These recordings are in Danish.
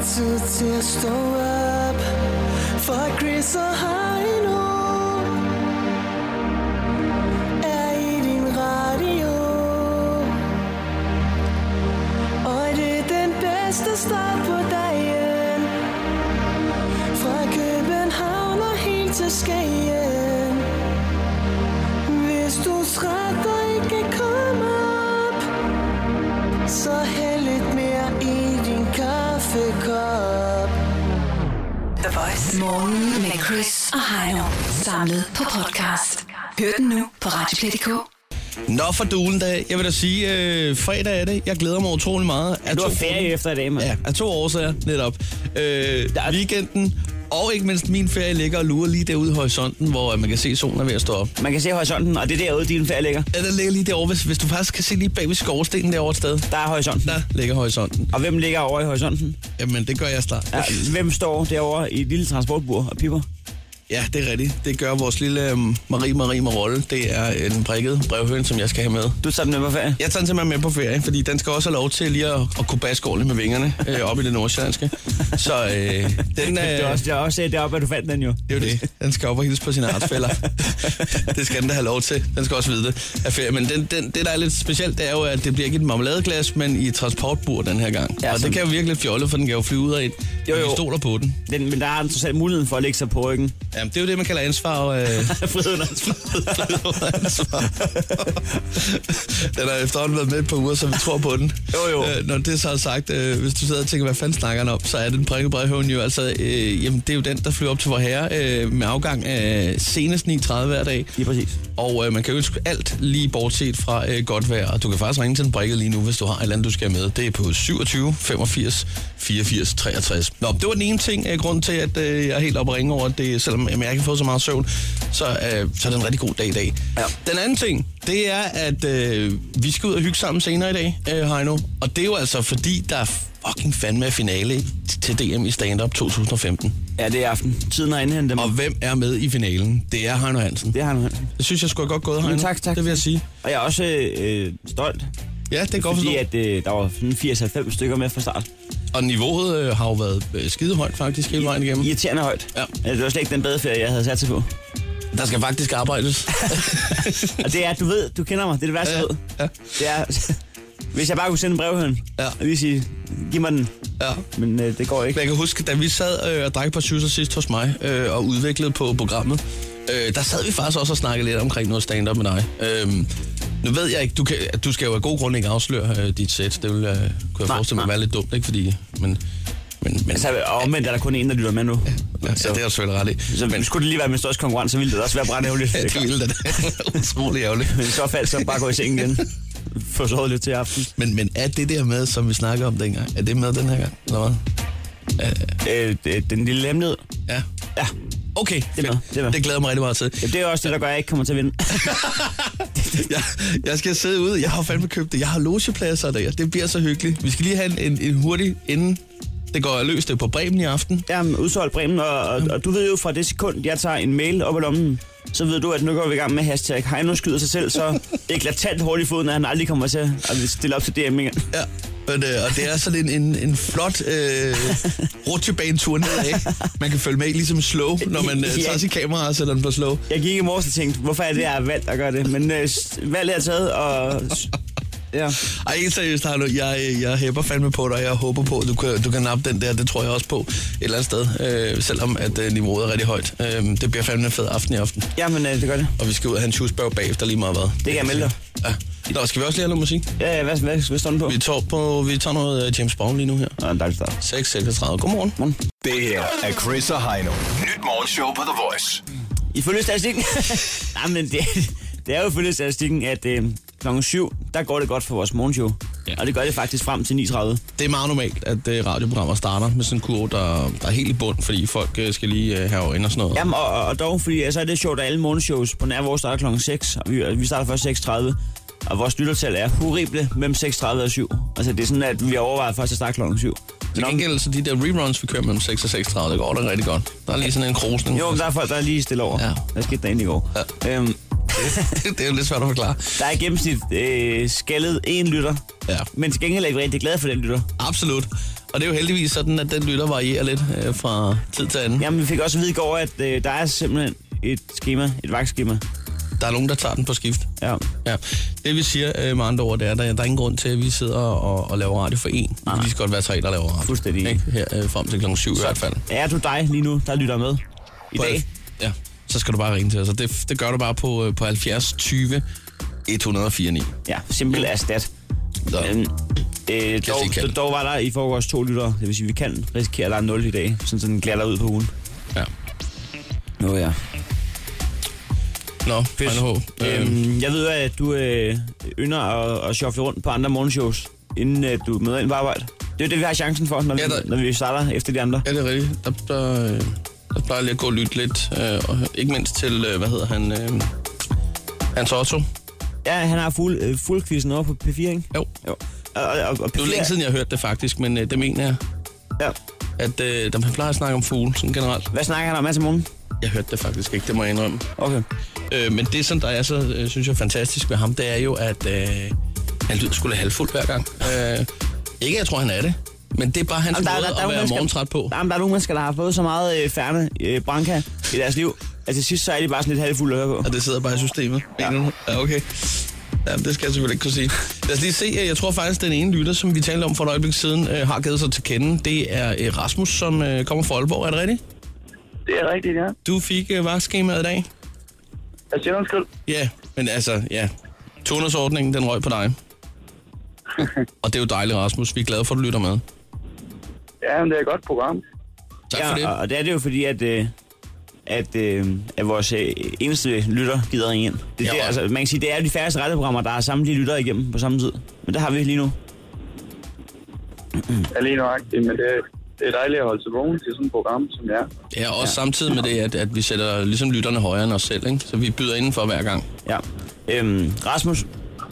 tid til at stå op for Chris og Heino er i din radio. Og det er den bedste start på dagen. Fra København og helt til Skagen. Hvis du er træt og ikke kan komme op, så hæld lidt mere i din kaffekop. The Voice. Morgen med Chris og Heino. Samlet på podcast. Hør den nu på Radioplay.dk. Nå for dulen dag. Jeg vil da sige, fredag er det. Jeg glæder mig utrolig meget. Du har ferie efter i dag, mand. Ja, af 2 årsager netop. Weekenden og ikke mindst min ferie ligger og lurer lige derude i horisonten, hvor man kan se solen er ved at stå op. Man kan se horisonten, og det er derude, din ferie ligger. Ja, den ligger lige derovre. Hvis du faktisk kan se lige bag ved skovstenen derovre et sted. Der er horisonten. Der ligger horisonten. Og hvem ligger over i horisonten? Jamen, det gør jeg snart. Ja, hvem står derovre i et lille transportbur og piper? Ja, det er rigtigt. Det gør vores lille Marie Marolle. Det er en prikket brevhøn, som jeg skal have med. Du tager den med på ferie? Jeg tager den simpelthen med på ferie, fordi den skal også have lov til lige at kunne baske ordentligt med vingerne op i det nordsjællandske. Så den det er også deroppe, at du fandt den jo. Det er jo det. Den skal op og hilse på sine artsfæller. Det skal den da have lov til. Den skal også vide det af ferie. Men det, der er lidt specielt, det er jo, at det bliver ikke et marmeladeglas, men i et transportbur den her gang. Ja, og det kan jo virkelig fjolle, for den kan jo flyve ud af et. Jo. Vi stoler på den. Men der er en totalt muligheden for at lægge sig på ryggen. Jamen, det er jo det, man kalder ansvar. Frihed under ansvar. Den har efterhånden været med et par uger, så vi tror på den. Jo. Når det så er sagt, hvis du sidder og tænker, hvad fanden snakker om, så er den prikket brevhøn jo altså, jamen, det er jo den, der flyver op til Vorherre med afgang af senest 9:30 hver dag. Lige præcis. Og man kan ønske alt lige bortset fra godt vejr, og du kan faktisk ringe til den prikket lige nu, hvis du har et eller andet, du skal med. Det er på 27 85 84 63. Nå, det var den ene ting, grund til, at jeg er helt oppe at ringe over det, selvom jeg ikke har fået så meget søvn, så er det en rigtig god dag i dag. Ja. Den anden ting, det er, at vi skal ud og hygge sammen senere i dag, Heino. Og det er jo altså, fordi der er fucking fandme finale til DM i stand-up 2015. Ja, det er aften. Tiden har indhentet dem. Og hvem er med i finalen? Det er Heino Hansen. Det er Heino Hansen. Det synes jeg sgu er godt gået, Heino. Tak. Det vil jeg sige. Og jeg er også stolt. Ja, det er godt fordi, at der var 80-90 stykker med fra start. Og niveauet har jo været skide højt faktisk hele vejen igennem. Irriterende højt. Ja. Det var slet ikke den badeferie, jeg havde sat sig på. Der skal faktisk arbejdes. Og det er, du kender mig, det er det værste råd. Ja. Det er, hvis jeg bare kunne sende en brevhøn, og lige sige, giv mig den. Ja. Men det går ikke. Jeg kan huske, da vi sad og drak på syser sidst hos mig og udviklede på programmet, der sad vi faktisk også og snakkede lidt omkring noget stand-up med dig. Nu ved jeg ikke, du skal jo af god grund ikke afsløre dit sæt. Det kunne jeg forestille mig være lidt dumt, ikke? Fordi, men altså, omvendt er der kun en, der lytter med nu. Ja, det er jo selvfølgelig ret i. Så men skulle det lige være med størst konkurrence, så ville det også være brandærgerligt. Ja, det ville det. Utrolig ærgerligt. Men i så fald, så bare gå i seng igen. Få sovet lidt til aften. Men er det der med, som vi snakker om dengang, er det med den her gang? Eller hvad? Den lille hemmelighed. Ja. Ja. Okay, det er det glæder mig rigtig meget til. Ja, det er også det, der gør, at jeg ikke kommer til at vinde. Jeg skal sidde ude. Jeg har fandme købt det. Jeg har logepladser der. Det bliver så hyggeligt. Vi skal lige have en hurtig inden det går løs. Det på Bremen i aften. Jamen, udsolgt Bremen. Og du ved jo fra det sekund, jeg tager en mail op ad lommen, så ved du, at nu går vi i gang med hashtag Heino skyder sig selv, så eklatant hurtigt i foden, at han aldrig kommer til at stille op til DM igen. Ja. Og det er sådan en flot rutsjebanetur nedad. Man kan følge med ligesom slow, når man tager sit kamera og sætter den på slow. Jeg gik i morges og tænkte, hvorfor er det, jeg har valgt at gøre det? Men valget er taget, og ja. Ej, helt seriøst, Heino. Jeg hæpper fandme på dig, og jeg håber på, at du kan nappe den der. Det tror jeg også på et eller andet sted, selvom at niveauet er rigtig højt. Det bliver fandme en fed aften i aften. Jamen, det gør det. Og vi skal ud og have en cheeseburger bagefter lige meget hvad. Det kan jeg melde dig. Ja. Nå, skal vi også lige have noget musik? Ja, hvad står den på? Vi tager noget James Brown lige nu her. Ja, en dejlig start. 6:36. Godmorgen. Det her er Chris og Heino. Nyt morgenshow på The Voice. Ifølge statistikken... Nej, men det er jo ifølge statistikken, at klokken 7, der går det godt for vores morgenshow. Ja. Og det gør det faktisk frem til 9:30. Det er meget normalt, at radioprogrammer starter med sådan en kurve, der er helt i bund, fordi folk skal lige have ind og sådan noget. Jamen, og dog, fordi så er det sjovt, at alle morgenshows på nær vores starter klokken 6, og vi starter først 6:30. Og vores lyttertal er horrible mellem 6:30 og 7. Altså, det er sådan, at vi overvejer først at starte klokken 7. Til gengæld, så de der reruns, vi kører mellem 6 og 6:30, det går da rigtig godt. Der er lige sådan en krusning. Jo, men der er folk, der er lige stille over. Ja. Der skete derinde i går. Ja. Det er jo lidt svært at forklare. Der er i gennemsnit skaldet 1 lytter. Ja. Men til gengæld er vi rigtig glade for den lytter. Absolut. Og det er jo heldigvis sådan, at den lytter varierer lidt fra tid til anden. Jamen, vi fik også at vide i går, at der er simpelthen et vagtskema. Der er nogen, der tager den på skift. Ja. Det vi siger med andre ord, det er, der er ingen grund til, at vi sidder og laver radio for en. Vi skal godt være 3, der laver radio. Fuldstændig. Ikke? Her frem til klokken 7 i hvert fald. Er du dig lige nu, der lytter med i dag? Ja, så skal du bare ringe til os. Det gør du bare på 70 20 104 9. Ja, simpelt erstat. Dog var der i forgårs 2 lyttere. Det vil sige, vi kan risikere, at der er 0 i dag. Sådan den glatter ud på ugen. Ja. Nå ja. Nå, jeg ved, at du ynder at shuffle rundt på andre morgenshows, inden du møder ind på arbejde. Det er det, vi har chancen for, når vi starter efter de andre. Ja, det er rigtigt. Der plejer lige at gå og lytte lidt. Og ikke mindst til, hvad hedder han? Hans Otto. Ja, han har fuldquizzen over på P4, ikke? Jo. Og P4... Det er længe siden, jeg har hørt det faktisk, men det mener jeg. Ja. At man plejer at snakke om fugle, sådan generelt. Hvad snakker han om altså morgen? Jeg hørte det faktisk ikke, det må jeg indrømme. Okay. Men det, som der er så, synes jeg, fantastisk ved ham, det er jo, at han lyder sgu da halvfuld hver gang. Ikke, jeg tror, han er det. Men det er bare hans måde at være morgentræt på. Der er nogle mennesker, der har fået så meget færne branca i deres liv, at til sidst så er de bare sådan lidt halvfulde at høre på. Og det sidder bare i systemet. Ja, okay. Ja, det skal jeg selvfølgelig ikke kunne sige. Lad os lige se. Jeg tror faktisk, den ene lytter, som vi talte om for et øjeblik siden, har givet sig til kende. Det er Rasmus, som kommer fra Aalborg. Er det rigtigt? Det er rigtigt, ja. Du fik vagtskemaet i dag? Jeg siger undskyld. Ja, men altså, ja. Turnusordningen, den røg på dig. Og det er jo dejligt, Rasmus. Vi er glade for, at du lytter med. Ja, men det er et godt program. Tak for det. Og det er det jo fordi, at vores eneste lytter gider ringe ind. Altså, man kan sige, det er de færreste radioprogrammer, der har samtlige lyttere igennem på samme tid. Men det har vi lige nu. Ja, lige nøjagtigt, men det er dejligt at holde sig vågen til sådan et program, som det er. Ja, også samtidig med det, at vi sætter ligesom lytterne højere end os selv, ikke? Så vi byder indenfor hver gang. Ja. Rasmus?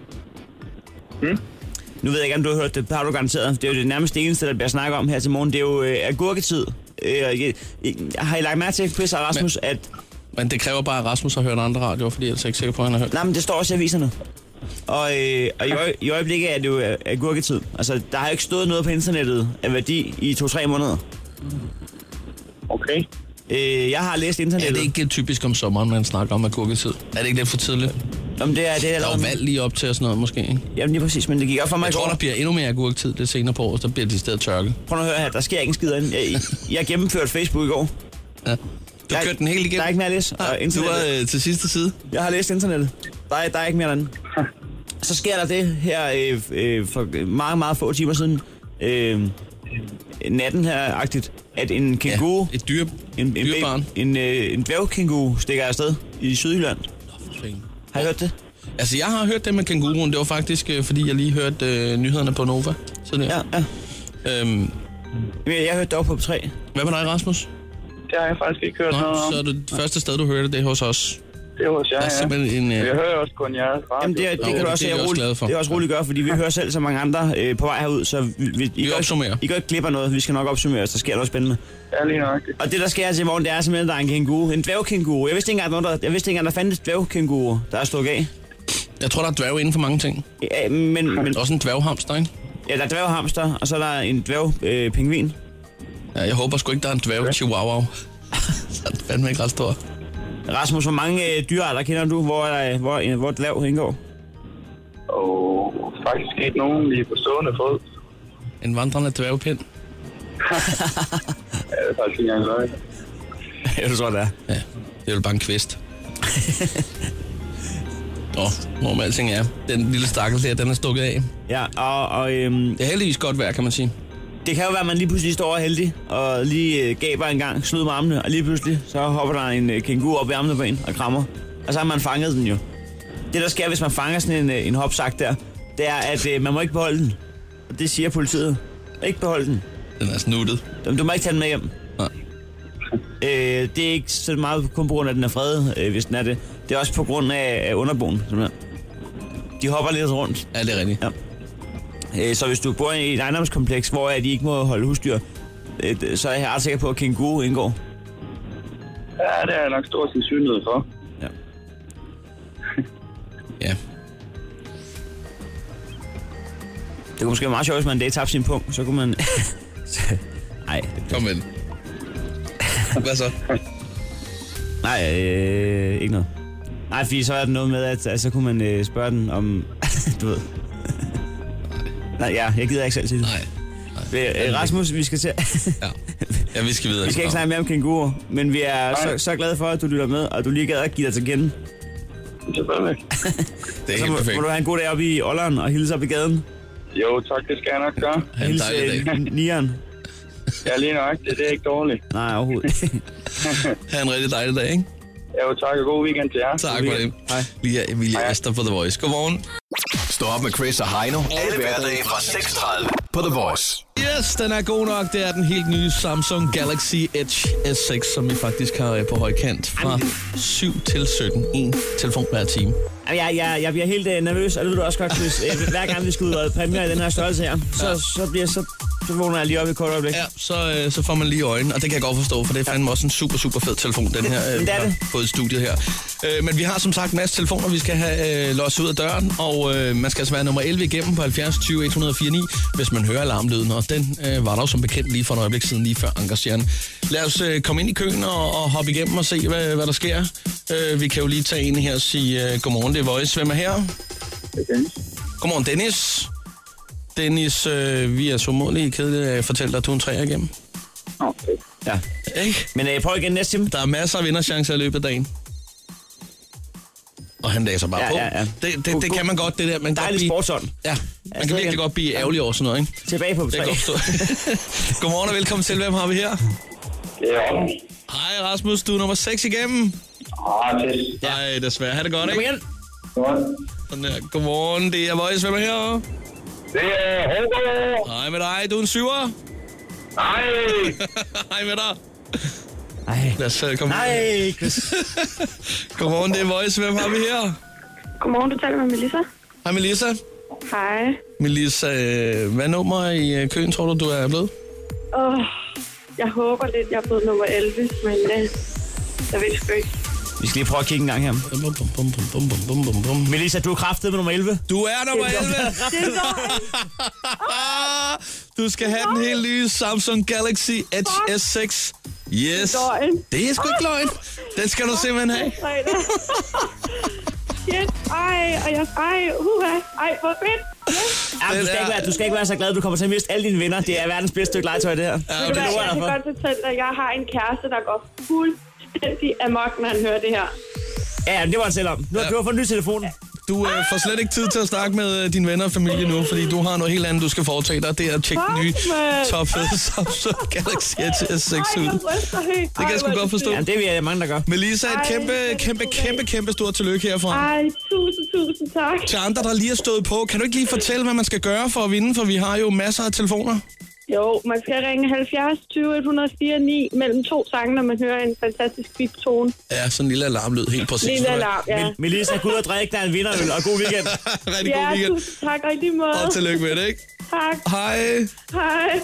Nu ved jeg ikke, om du har hørt det. Har du garanteret. Det er jo det nærmeste eneste, der bliver snakket om her til morgen. Det er jo agurketid. Har I lagt mærke til, Chris og Rasmus, Men det kræver bare, at Rasmus har hørt andre radioer, fordi jeg er ikke sikker på, at han har hørt. Nej, men det står også i aviserne. Og i øjeblikket er det jo agurketid. Altså, der har ikke stået noget på internettet af værdi i 2-3 måneder. Okay. Jeg har læst internettet. Er det ikke typisk om sommeren, man snakker om agurketid? Er det ikke lidt for tidligt? Jamen, det er der er jo valg lige op til og sådan noget, måske, ikke? Jamen, lige præcis, men det gik op for mig. Jeg tror, der bliver endnu mere agurketid det senere på året, der bliver det i stedet tørke. Prøv at høre her, der sker ikke en skid ind. Jeg gennemførte Facebook i går. Ja. Du kørte den helt igennem? Der er ikke mere at læse. Du var til sidste side? Jeg har læst internettet. Der er ikke mere derinde. Så sker der det her for meget, meget få timer siden. Natten her-agtigt, at en kænguru... Ja, et dyrebarn. En dværgkænguru stikker afsted i Sydjylland. Har I hørt det? Altså, jeg har hørt det med kænguruen. Det var faktisk, fordi jeg lige hørte nyhederne på Nova. Ja. Jeg hørte det op på 3. Hvad med dig, Rasmus? Det har jeg faktisk ikke hørt noget om. Så er det første sted, du hørte det hos os. Det er hos jer, ja. Jeg hører også kun jeres radio. Jamen, det kan du også glad for. Det er også roligt gøre, fordi vi hører selv så mange andre på vej herud, så vi opsummerer. I går ikke glip af noget. Vi skal nok opsummere, så der sker noget spændende. Ja, lige nok. Og det, der sker til i morgen, det er simpelthen, der er en kænguru. En dværgkænguru. Jeg vidste ikke engang, der fandtes dværgkænguru, der er stukket af. Jeg tror, der er dværg inden for mange ting. Ja, men også en dværghamster, ikke? Ja, der er dværghamster, og så er der en dværgpingvin. Ja, jeg håber sgu ikke, der er en dværg-chihuahua. Så er det fandme ikke ret stor. Rasmus, hvor mange dyrearter kender du, hvor dværg indgår? Faktisk ikke nogen lige på stående fod. En vandrende dværgpind. Ja, det er faktisk ikke engang løgn. Ja, du tror, det er. Ja, det er jo bare en kvist. Hvor med alting er. Den lille stakkel der, den er stukket af. Ja, og det er heldigvis godt vejr, kan man sige. Det kan jo være, at man lige pludselig står heldig, og lige gaber en gang, slud med armene, og lige pludselig, så hopper der en kænguru op i armene på en og krammer. Og så har man fanget den jo. Det, der sker, hvis man fanger sådan en hopsak der, det er, at man må ikke beholde den. Og det siger politiet. Ikke beholde den. Den er snuttet. Du må ikke tage den med hjem. Nej. Det er ikke så meget kun på grund af, at den er fredet, hvis den er det. Det er også på grund af underboen, simpelthen. De hopper lidt rundt. Ja, det er rigtigt. Ja. Så hvis du bor i et ejendomskompleks, hvor de ikke må holde husdyr, så er jeg ret sikker på, at kænguru indgår. Ja, det er nok stor sandsynlighed for. Ja. Ja. Det kunne måske være meget sjovt, hvis man en dag tabte sin punkt. Så kunne man Nej. Kom med den. Hvad så? Nej, ikke noget. Nej, fordi så er det noget med, at så kunne man spørge den om... du ved... Nej, jeg gider ikke selv sige det. Nej. Rasmus, vi skal til... Ja, vi skal videre. Vi skal ikke snakke mere om kænguruer, men vi er så glade for, at du lytter med, og du lige gad at give dig til kende. Selvfølgelig. Det er Så helt perfekt. må du have en god dag oppe i Olderen og hilse op i gaden. Jo, tak, det skal jeg nok gøre. Ha' en dejlig dag. Nieren. Ja, lige nok. Det er ikke dårligt. Nej, overhovedet. Ha' en rigtig dejlig dag, ikke? Jo, tak og god weekend til jer. Tak for det. Hej. Vi er Emilie Ester på The Voice. Godmorgen. Stå op med Chris og Heino. Alle hverdage fra 6:30 på The Voice. Yes, den er god nok. Det er den helt nye Samsung Galaxy Edge S6, som vi faktisk har på højkant. Fra 7 til 17. En telefon hver time. Jeg bliver helt nervøs, og det ved du også godt, Chris. Hver gang vi skal ud og præmiere i den her størrelse her, så vågner jeg lige op i et kort øjeblik. Ja, så får man lige øjnene, og det kan jeg godt forstå, for det er fandme også en super, super fed telefon, den her, på studiet her. Men vi har som sagt en masse telefoner, vi skal have låst ud af døren, og man skal altså være nummer 11 igennem på 70 20 104 9, hvis man hører alarmlyden, og den var der jo som bekendt lige for et øjeblik siden, lige før Ankerstjerne. Lad os komme ind i køen og hoppe igennem og se, hvad der sker. Vi kan jo lige tage en her og sige godmorgen, det er Voice. Hvem er her? Det er Dennis. Godmorgen, Dennis. Dennis, vi er så målige kedelige at fortælle dig, at du er en 3'er igennem. Okay. Ja. Ikke? Men prøv igen næste time. Der er masser af vinderchancer i løbet af dagen. Og han læser bare på. Ja. Det kan man godt, det der. Man kan Dejlig sportsånd. Ja, man kan virkelig godt blive ærgerlig over sådan noget, ikke? Tilbage på Det kan 3. godt forstå. Godmorgen og velkommen til. Hvem har vi her? Det er Rasmus. Hej Rasmus, du er nummer 6 igennem. Det Nej, desværre. Ha' det godt, Kom ikke? igen. Sådan der. Godmorgen, det er Voice. Hvem er her? Det er Håber. Hej med dig, du er en 7'er. Nej. Hej med dig. Ej. Lad os komme Nej, Chris. Godmorgen, det er Voice. Hvem har vi her? Godmorgen, du taler med Melissa. Hej Melissa. Hej. Melissa, hvad nummer i køen tror du er blevet? Jeg håber lidt, jeg er blevet nummer 11, men jeg ved sgu ikke. Vi skal lige prøve at kigge en gang her. Melissa, du er kraftet med nummer 11. Du er nummer 11. Det går Du skal have den helt nye Samsung Galaxy Edge S6. Yes. Det er sgu ikke løgn. Den skal du simpelthen have. Shit, hvor fedt. Ja, du skal ikke være så glad, at du kommer til at miste alle dine venner. Det er verdens bedste stykke legetøj, det her. Jeg kan godt fortælle dig, at jeg har en kæreste, der går fuldstændig amok, når han hører det her. Ja, det var han selv om. Nu har du fået en ny telefon. Du får slet ikke tid til at snakke med dine venner og familie nu, fordi du har noget helt andet, du skal foretage dig. Det er at tjekke den nye topfede Samsung Galaxy S6 ud. Det kan jeg sgu godt forstå. Ja, det er vi mange, der gør. Melissa, et kæmpe stort tillykke herfra. Ej, tusind tak. Til andre, der lige har stået på, kan du ikke lige fortælle, hvad man skal gøre for at vinde? For vi har jo masser af telefoner. Jo, man skal ringe 70 20 104 9 mellem 2 sange, når man hører en fantastisk bip-tone. Ja, sådan en lille alarmlyd, helt præcis. Lille alarm, ja. Melissa, gå ud og drikke, der er en vinderøl, og god weekend. Rigtig god weekend. Tusind tak, rigtig måde. Og tillykke med det, ikke? Tak. Hej. Hej.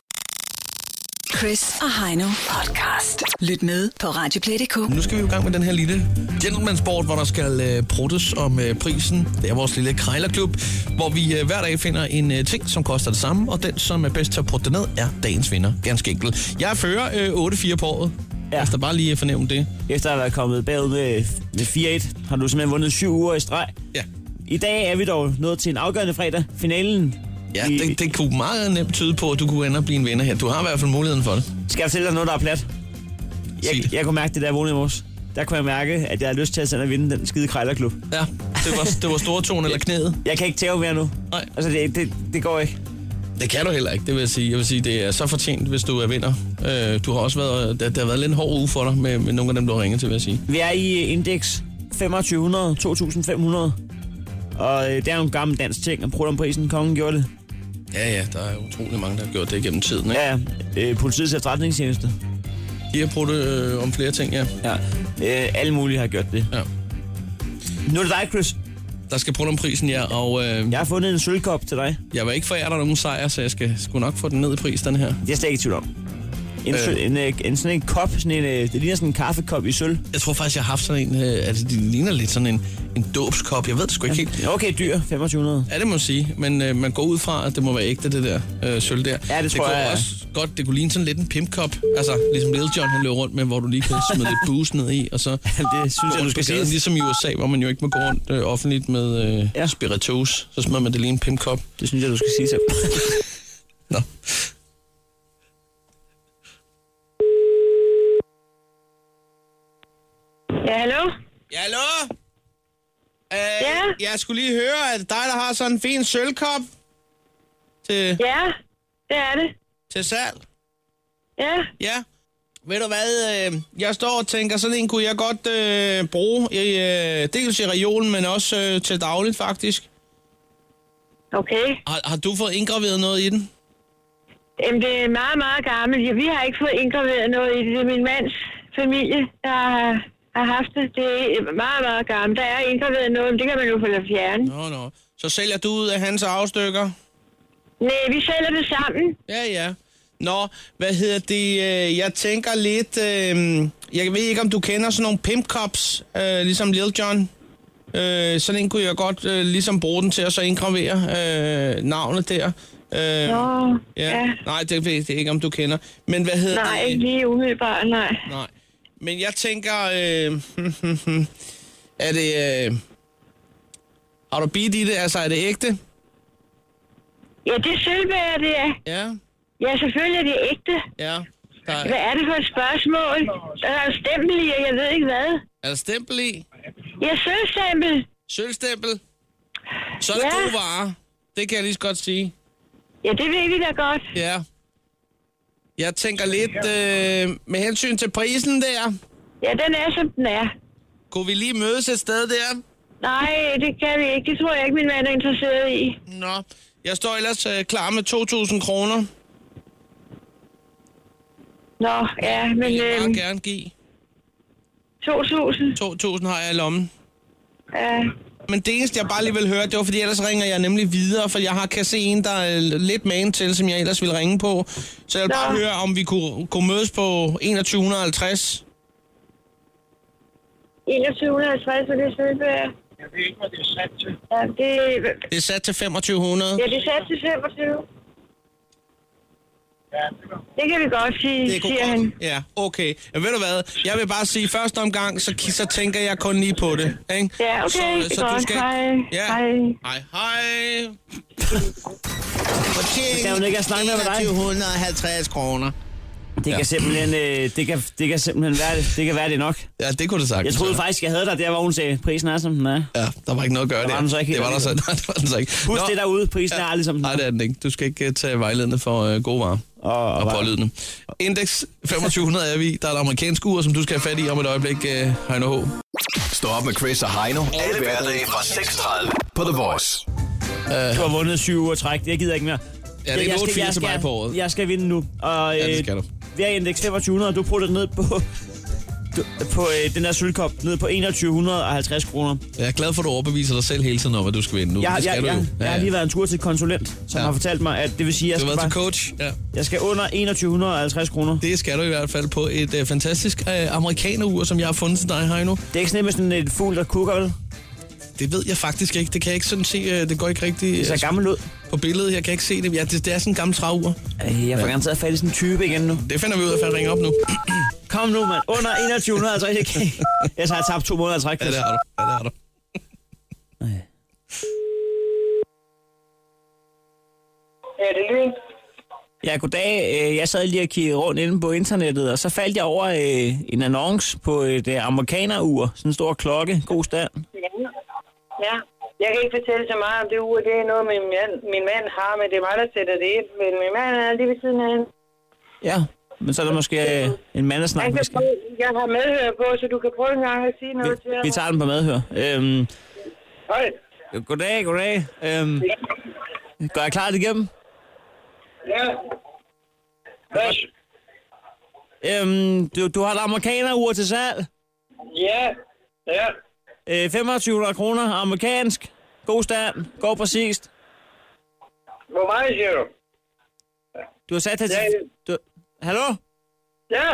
Chris og Heino podcast. Lyt med på Radioplay.dk. Nu skal vi i gang med den her lille gentleman sport, hvor der skal pruttes om prisen. Det er vores lille krejlerklub, hvor vi hver dag finder en ting, som koster det samme, og den, som er bedst til at prutte det ned, er dagens vinder. Ganske enkelt. Jeg fører 8-4 på året. Ja. Altså, bare lige fornævne det. Efter at være kommet bagud med 4-1, har du simpelthen vundet 7 uger i streg. Ja. I dag er vi dog nået til en afgørende fredag. Finalen. Ja, det kunne meget nemt tyde på, at du kunne ende og blive en vinder her. Du har i hvert fald muligheden for det. Skal jeg fortælle dig noget, der er plat? Jeg kunne mærke det, da jeg vågnede i morges. Der kunne jeg mærke, at jeg havde lyst til at sende og vinde den skide krejlerklub. Ja, det var stortåen eller knæet. Jeg kan ikke tæve mere nu. Nej. Altså, det går ikke. Det kan du heller ikke, det vil jeg sige. Jeg vil sige, det er så fortjent, hvis du er vinder. Du har også været, der har været lidt en hård uge for dig med nogle af dem, du har ringet til, vil jeg sige. Vi er i indeks 2500, 2500. Og det er jo en gammel dansk ting, at prutte om prisen. Kongen gjorde det. Ja, der er utrolig mange, der har gjort det gennem tiden, ikke? Ja, politiets efterretningstjeneste. De har pruttet om flere ting, ja. Alle mulige har gjort det. Ja. Nu er det dig, Chris. Der skal prutte om prisen, ja, og jeg har fundet en sølvkop til dig. Jeg vil ikke forære dig nogen sejr, så jeg skal sgu nok få den ned i pris, den her. Det er slet ikke i tvivl om. Sådan en kop, det ligner sådan en kaffekop i sølv. Jeg tror faktisk, jeg har haft sådan en, altså det ligner lidt sådan en dåbskop. Jeg ved det sgu ikke helt. Okay, dyr, 2500. Ja, det må man sige, men man går ud fra, at det må være ægte, det der sølv der. Ja, det tror jeg. Det også godt, det kunne ligne sådan lidt en pimpkop, altså ligesom Lil Jon han løber rundt med, hvor du lige kan smide lidt booze ned i, og så det synes jeg, du skal sige. Ligesom i USA, hvor man jo ikke må gå rundt offentligt med spiritus, så smider man det lige en pimpkop. Det synes jeg, du skal sige til. Nå. Ja, hallo? Ja, hallo? Ja? Jeg skulle lige høre, at dig, der har sådan en fin sølvkop til, Ja, det er det. til salg. Ja. Ja. Ved du hvad, jeg står og tænker, sådan en kunne jeg godt bruge, dels i reolen, men også til dagligt faktisk. Okay. Har du fået indgraveret noget i den? Jamen, det er meget, meget gammelt. Ja, vi har ikke fået indgraveret noget i det. Det er min mands familie, der har haft det. Det er meget, meget gammelt. Der er indgraveret noget, men det kan man jo få lade fjerne. Nå. Så sælger du ud af hans afstykker? Nej, vi sælger det sammen. Ja. Nå, hvad hedder det? Jeg tænker lidt... jeg ved ikke, om du kender sådan nogle pimpcups, ligesom Lil Jon. Sådan en kunne jeg godt ligesom bruge den til at så indgravere navnet der. Ja. Nej, det ved jeg ikke, om du kender. Men hvad hedder det? Nej, ikke lige umiddelbart, nej. Men jeg tænker... er det... har du bid i det? Altså, er det ægte? Ja, det er sølvbær, det er. Ja. Ja, selvfølgelig er det ægte. Ja. Hvad er det for et spørgsmål? Der er stempel i, og jeg ved ikke hvad. Er der stempel i? Ja, sølvstempel. Sølvstempel? Så er det gode varer. Det kan jeg lige så godt sige. Ja, det ved vi da godt. Ja. Jeg tænker lidt med hensyn til prisen der. Ja, den er, som den er. Kunne vi lige mødes et sted der? Nej, det kan vi ikke. Det tror jeg ikke, min mand er interesseret i. Nå, jeg står ellers klar med 2.000 kroner. Nå, ja, men... Jeg vil bare gerne give. 2.000? 2.000 har jeg i lommen. Ja. Men det eneste, jeg bare lige vil høre, det var, fordi ellers ringer jeg nemlig videre, for jeg kan se en, der er lidt man til, som jeg ellers vil ringe på. Så jeg vil bare høre, om vi kunne mødes på 2150. 2150, og det er sølvbær. Jeg ved ikke, hvad det er sat til. Ja, Det er sat til 2500. Ja, det er sat til 25. Det kan vi godt sige, siger han. Ja, okay. Men ved du hvad? Jeg vil bare sige, første omgang, så tænker jeg kun lige på det. Ikke? Ja, okay. Så du skal... Hej. Ja. Hej. Kan hun ikke have snakket med dig? 250 kroner. Det kan simpelthen, det kan simpelthen være det. Det kan være det nok. Ja, det kunne det sagtens. Jeg troede faktisk, jeg havde dig der, hvor hun sagde, prisen er som den er. Ja, der var ikke noget at gøre der. Var den så ikke det var der så, nej, det var den så ikke. Husk det derude, prisen er aldrig som den er. Nej, det er den ikke. Du skal ikke tage vejledende for gode varer og pålydende. Index 2500 er vi. Der er et amerikansk ur, som du skal have fat i om et øjeblik, Heino H. Stå op med Chris og Heino. Alle hverdage fra 6:30 på The Voice. Du har vundet 7 uger træk. Jeg gider ikke mere. Ja, det er 8-4 til mig på året. Jeg skal vinde nu. Og, det skal du. Vi er indeks 2500, og du putter ned på den der sølvkop, ned på 2150 kroner. Jeg er glad for, at du overbeviser dig selv hele tiden om, at du skal vinde nu. Jeg har lige været en tur til konsulent, som har fortalt mig, at det vil sige, at du har været til coach. Ja. Jeg skal under 2150 kroner. Det skal du i hvert fald på et fantastisk amerikanerur, som jeg har fundet til dig, Heino. Det er ikke sådan med sådan et fugl, der kukker, vel? Det ved jeg faktisk ikke. Det kan jeg ikke sådan se. Det går ikke rigtig... Det ser gammelt ud. På billedet her kan jeg ikke se det. Ja, det er sådan en gammel træur. Jeg får gerne taget fat i sådan en type igen nu. Det finder vi ud af, at jeg ringer op nu. Kom nu, mand. Under 2150. Jeg har tabt 2 måneder træk. Ja, det har du. Ja, det er Lyn. Ja, goddag. Jeg sad lige og kiggede rundt inde på internettet, og så faldt jeg over en annonce på et amerikanerur. Sådan en stor klokke. God stand. Ja. Jeg kan ikke fortælle så meget om det ur. Det er noget, min mand har, men det er mig, der sætter det ind. Men min mand er lige ved siden af hende. Ja, men så er der måske en mandesnak. Jeg har medhør på, så du kan prøve en gang at sige noget til ham. Vi tager den på medhør. Hej. Goddag. Går jeg klart igennem? Ja. Du har et amerikanerur til salg. Ja. 2500 kroner, amerikansk, god stand, går præcist. Hvor meget siger du? Du har sat det til... Hallo? Ja.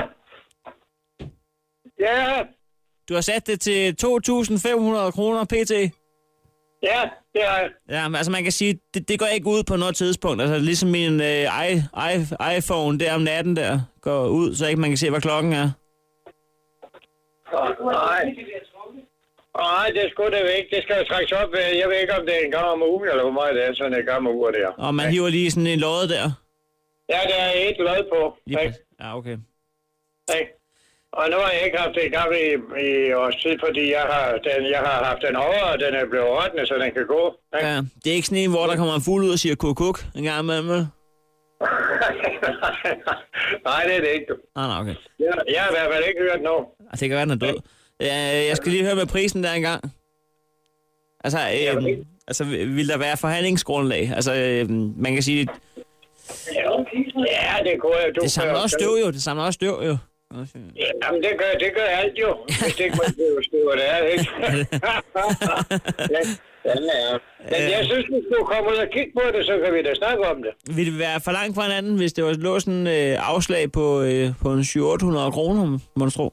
Ja. Du har sat det til 2.500 kroner pt. Ja, det har jeg. Ja, men altså man kan sige, det går ikke ud på noget tidspunkt. Altså ligesom min iPhone der om natten der går ud, så ikke man kan se, hvad klokken er. Nej, det skulle det ikke. Det skal jo trækkes op. Jeg ved ikke, om det er en gang om ugen, eller hvor meget det er, sådan en gang om ugen der. Og man hiver lige sådan en lodde der. Ja, der er et lod på. Ja, okay. Og nu har jeg ikke haft det i gang i års tid, fordi jeg har haft den over, og den er blevet ordnet, så den kan gå. Ikke? Ja, det er ikke sådan en, hvor der kommer en fugl ud og siger kuk en gang imellem. Nej, det er det ikke. Nej, okay. Jeg har i hvert fald ikke hørt noget. Det kan være, den er død. Jeg skal lige høre med prisen der engang. Altså, vil der være forhandlingsgrundlag? Altså, man kan sige... Ja, det kunne jeg. Det samler også støv jo. Jamen, det gør alt jo. Hvis det ikke må støv, det er, ikke? Men jeg synes, hvis du kommer ud og kigge på det, så kan vi da snakke om det. Vil det være for langt fra hinanden, hvis det lå sådan afslag på en 700-800 kroner, må du tro?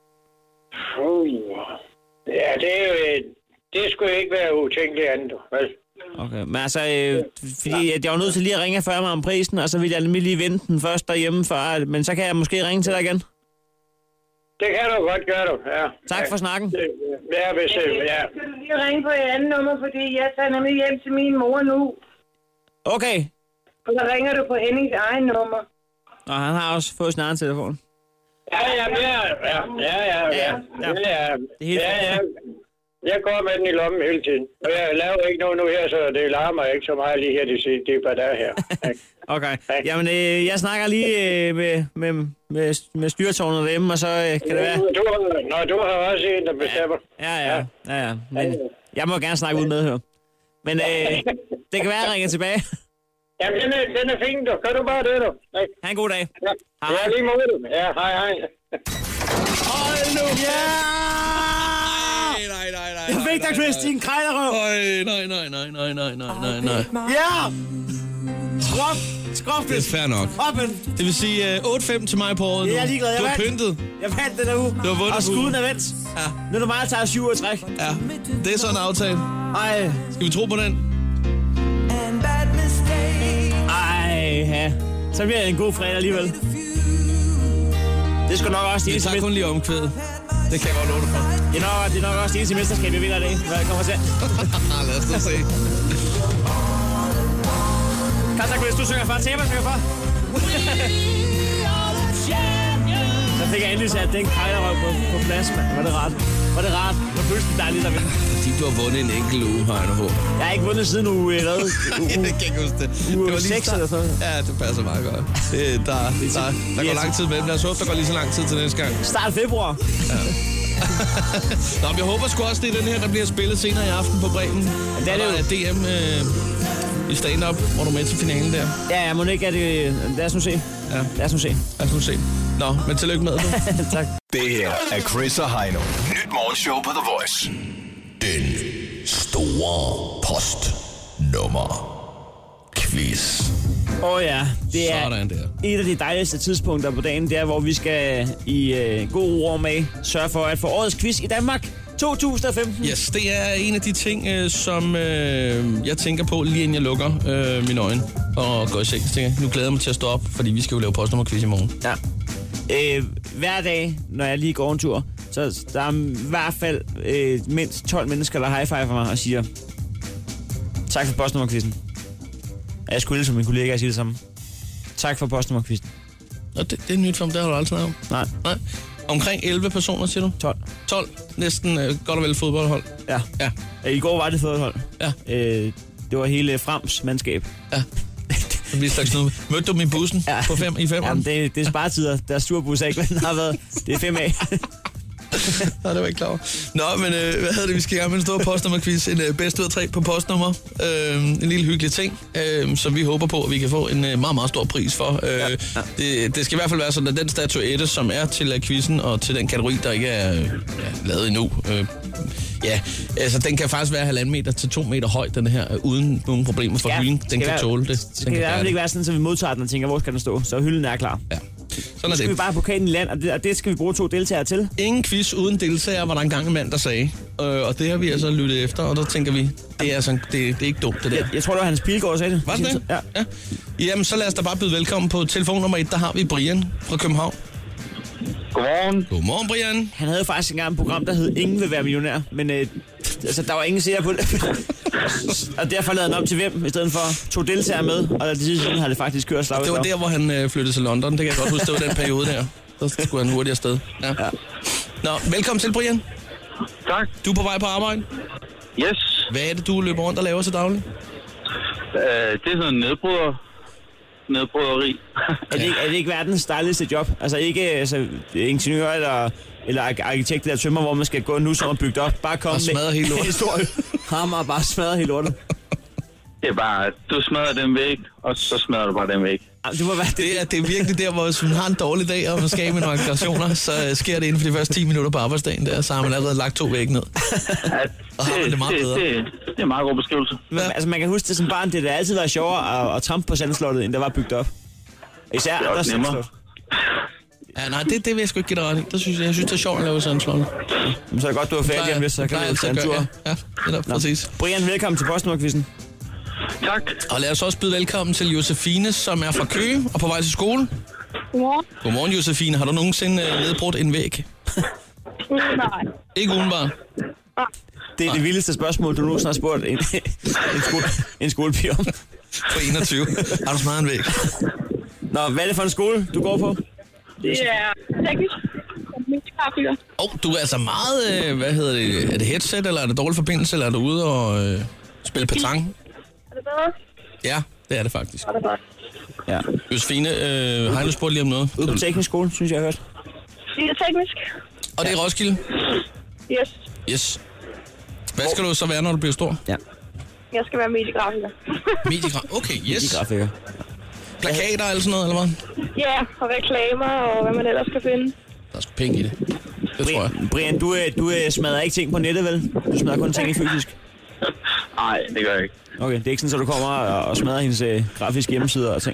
Ja, det skulle ikke være utænkeligt andet, vel? Okay, men altså, fordi jeg var nødt til lige at ringe og spørge mig om prisen, og så vil jeg lige vente den først derhjemme, men så kan jeg måske ringe til dig igen. Det kan du godt gøre, du. Ja. Tak for snakken. Ja, hvis ja. Kan du lige ringe på et andet nummer, fordi jeg tager nemlig hjem til min mor nu. Okay. Og så ringer du på Hennings egen nummer. Og han har også fået sin egen telefon. Ja. Jeg går med den i lommen hele tiden. Og jeg laver ikke noget nu her, så det larmer ikke så meget lige her, det er bare der her. Okay. Jamen, jeg snakker lige med styrtårnet derhjemme, og så kan det være... Du har også en, der bestemmer. Ja. Men jeg må gerne snakke ud med her. Men det kan være, at jeg ringer tilbage. Jamen, den er fin, du. Gør du bare det, du. Ha' en god dag. Ja, lige måde, du. Ja, hej. Hold nu! Ja! Nej. Jeg fik dig, Chris, din krejlerøv. Nej. Ja! Skrop, det er fair nok. Oppen. Det vil sige 8-5 til mig på året nu. Jeg er ligeglad. Du har pyntet. Jeg vandt den der uge. Du har vundet. Og skuden er vendt. Ja. Nu er det mig, der tager 7 træk. Ja, det er sådan en aftale. Ej. Skal vi tro på den? Ja. Så bliver det en god fredag alligevel. Det skal nok også Vi tager kun lige omkvædet. Det kan jeg godt love dig for. Det er nok også det eneste mesterskab, jeg vinder i dag. Hvad kommer til? Lad os da se. Tak, hvis du synger for. Tema synger for. Så fik jeg endelig sat den krejlerøv på plads, mand. Var det rart? Hvor pludselig dejligt at vinde. Fordi du har vundet en enkelt uge, har jeg håb. Jeg har ikke vundet siden uge... Jeg kan ikke huske det. Uge 6 eller sådan. Ja, det passer meget godt. Der går lang tid med dem. Lad os håbe, der går lige så lang tid til næste gang. Start februar. Ja. Nå, men jeg håber sgu også, det er den her, der bliver spillet senere i aften på Bremen. Ja, det er jo DM i stand-up, hvor du er med til finalen der. Ja, jeg må ikke have det. Lad os nu se. Ja. Lad os nu se. Nå, men tillykke med det. Tak. Det her er Chris og Heino. Nyt morgenshow på The Voice. Den store postnummer quiz. Ja, det er sådan der. Et af de dejligste tidspunkter på dagen, der hvor vi skal i god ro med sørge for at få årets quiz i Danmark 2015. Yes, det er en af de ting, som jeg tænker på lige inden jeg lukker mine øjne og går i seng. Nu glæder jeg mig til at stå op, fordi vi skal jo lave postnummer-quiz i morgen. Ja. Hver dag, når jeg lige går en tur, så der er i hvert fald mindst 12 mennesker, der high-fiver mig og siger tak for postnummer-quizzen. Jeg skulle som min kollega sige det samme. Tak for postnummer-quizzen. Det er nyt for dem, det har du aldrig snakket om. Nej. Omkring 11 personer, siger du? 12. Næsten godt og vel fodboldhold. Ja. I går var det fodboldhold. Ja. Det var hele Frams mandskab. Ja. Mødte du dem i bussen på 5 i 5'eren? Jamen, det er sparetider. Deres turbus ikke, men har været. Det er 5A. Nej, det var ikke klar over. Nå, men hvad hedder det? Vi skal i gang med en stor postnummer-quiz. En bedst ud af 3 på postnummer. En lille hyggelig ting, som vi håber på, at vi kan få en meget, meget stor pris for. Det skal i hvert fald være sådan, at den statuette, som er til quizzen og til den kategori, der ikke er lavet endnu, altså den kan faktisk være 1,5 meter til 2 meter høj, den her, uden nogen problemer for hylden. Den kan tåle det. Det kan i hvert fald ikke være sådan, så vi modtager den og tænker, hvor skal den stå? Så hylden er klar. Ja. Sådan er skal vi det. bare pokalen i land, og det skal vi bruge 2 deltagere til. Ingen quiz uden deltagere, var der engang en mand, der sagde. Og det har vi altså lyttet efter, og der tænker vi, det er ikke dumt, det der. Jeg tror, det var Hans Pilgaard, der sagde det. Var det det? Ja. Jamen, så lad os da bare byde velkommen på telefon nummer 1. Der har vi Brian fra København. Godmorgen. Godmorgen, Brian. Han havde faktisk engang et program, der hed Ingen vil være millionær, men altså, der var ingen seere på det. Og derfor lavede han om til hvem, i stedet for 2 deltagere med, og til sidst har det faktisk kørt slag. Det var der, hvor han flyttede til London. Det kan jeg godt huske, det var den periode der. Så skulle han hurtigt afsted. Ja. Nå, velkommen til, Brian. Tak. Du er på vej på arbejde. Yes. Hvad er det, du løber rundt og laver så dagligt? Det er sådan en nedbryderi. Er det ikke verdens dejligste job? Altså ikke ingeniør eller arkitekt eller tømmer, hvor man skal gå nu som er bygget op. Bare komme Og smadre hele lortet. historie. Hammer og bare smadre hele lortet. Det er bare, du smadrer dem væk, og så smadrer du bare dem væk. Det må være det. Det er virkelig der, hvor hvis man har en dårlig dag, og man skal med nogle engagementer, så sker det inden for de første 10 minutter på arbejdsdagen der, så har man allerede lagt 2 væg ned. Og har man det meget bedre. Det er en meget god beskrivelse. Ja. Altså man kan huske det som barn, det har altid været sjovere at trampe på sandslottet, end der var bygget op. Især Det er andre også nemmere. sandslot. Ja, nej, det vil jeg sgu ikke give dig ret i. Jeg synes, det er sjovt at lave sandslottet. Men så er det godt, du er færdig, hvis så kan vi tage en tur. Ja, det er præcis. Brian, velkommen til Postnummerquizzen. Tak. Og lad os også byde velkommen til Josefine, som er fra Køge og på vej til skole. Godmorgen. Godmorgen, Josefine. Har du nogensinde nedbrudt en væg? Nej. Ikke udenbart. Det er det vildeste spørgsmål, du nogensinde har spurgt en skolepige om. På 21. Har du smadret en væg? Nå, hvad er det for en skole, du går på? Det er teknisk. Du er altså meget, er det headset, eller er det dårlig forbindelse, eller er du ude og spille petanque? Er det bedre? Ja, det er det faktisk. Er det godt? Ja. Josefine, har du spurgt lige om noget? Ude på teknisk skole, synes jeg, har hørt. Det er teknisk. Og det er Roskilde? Yes. Yes. Hvad skal du så være, når du bliver stor? Ja. Jeg skal være mediegrafiker. Okay, yes. Grafiker. Plakater eller sådan noget, eller hvad? Ja, og reklamer og hvad man ellers kan finde. Der er sgu penge i det. Det tror jeg. Brian, du smadrer ikke ting på nettet, vel? Du smadrer kun ting i fysisk. Nej, det gør jeg ikke. Okay, det er ikke sådan, at du kommer og smadrer hendes grafiske hjemmesider og ting.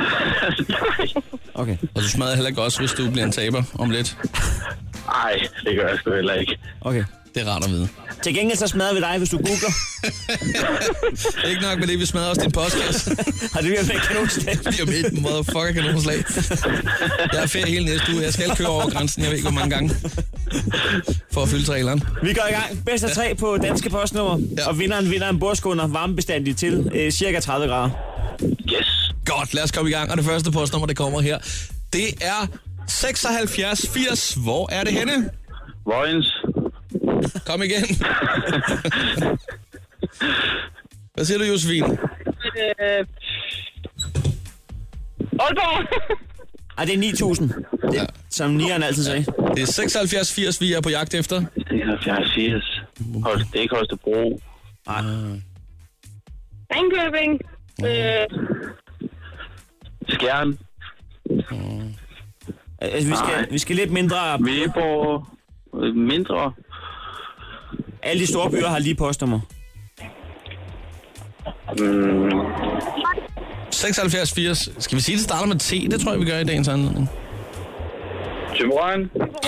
Okay. Og du smadrer heller ikke også, hvis du bliver en taber om lidt. Nej, det gør jeg sgu heller ikke. Okay. Det er rart at vide. Til gengæld så smadrer vi dig, hvis du googler. Ikke nok med det, vi smadrer også din postkasse. Har det været med et kanonslag? Vi har med et motherfucker kanonslag. Jeg er ferie hele næste uge. Jeg skal køre over grænsen, jeg ved ikke hvor mange gange. For at fylde traileren. Vi går i gang. Bedst af 3 på danske postnummer. Ja. Og vinderen vinder en bordskåner varmebestandig til cirka 30 grader. Yes. Godt, lad os komme i gang. Og det første postnummer, det kommer her. Det er 7680. Hvor er det henne? Vojens. Kom igen. Hvad siger du, Josefine? Aalborg. Ej, det er 9.000. Det, som Nieren altid sagde. Det er 7680, vi er på jagt efter. 76. Det er ikke Holstebro. Nej. Ringkøbing. Skjern. Vi skal lidt mindre. Viborg. Mindre. Alle de store byer har lige postnummer. 7680. Skal vi sige, det starter med T? Det tror jeg, vi gør i dagens anledning. Thyborøn.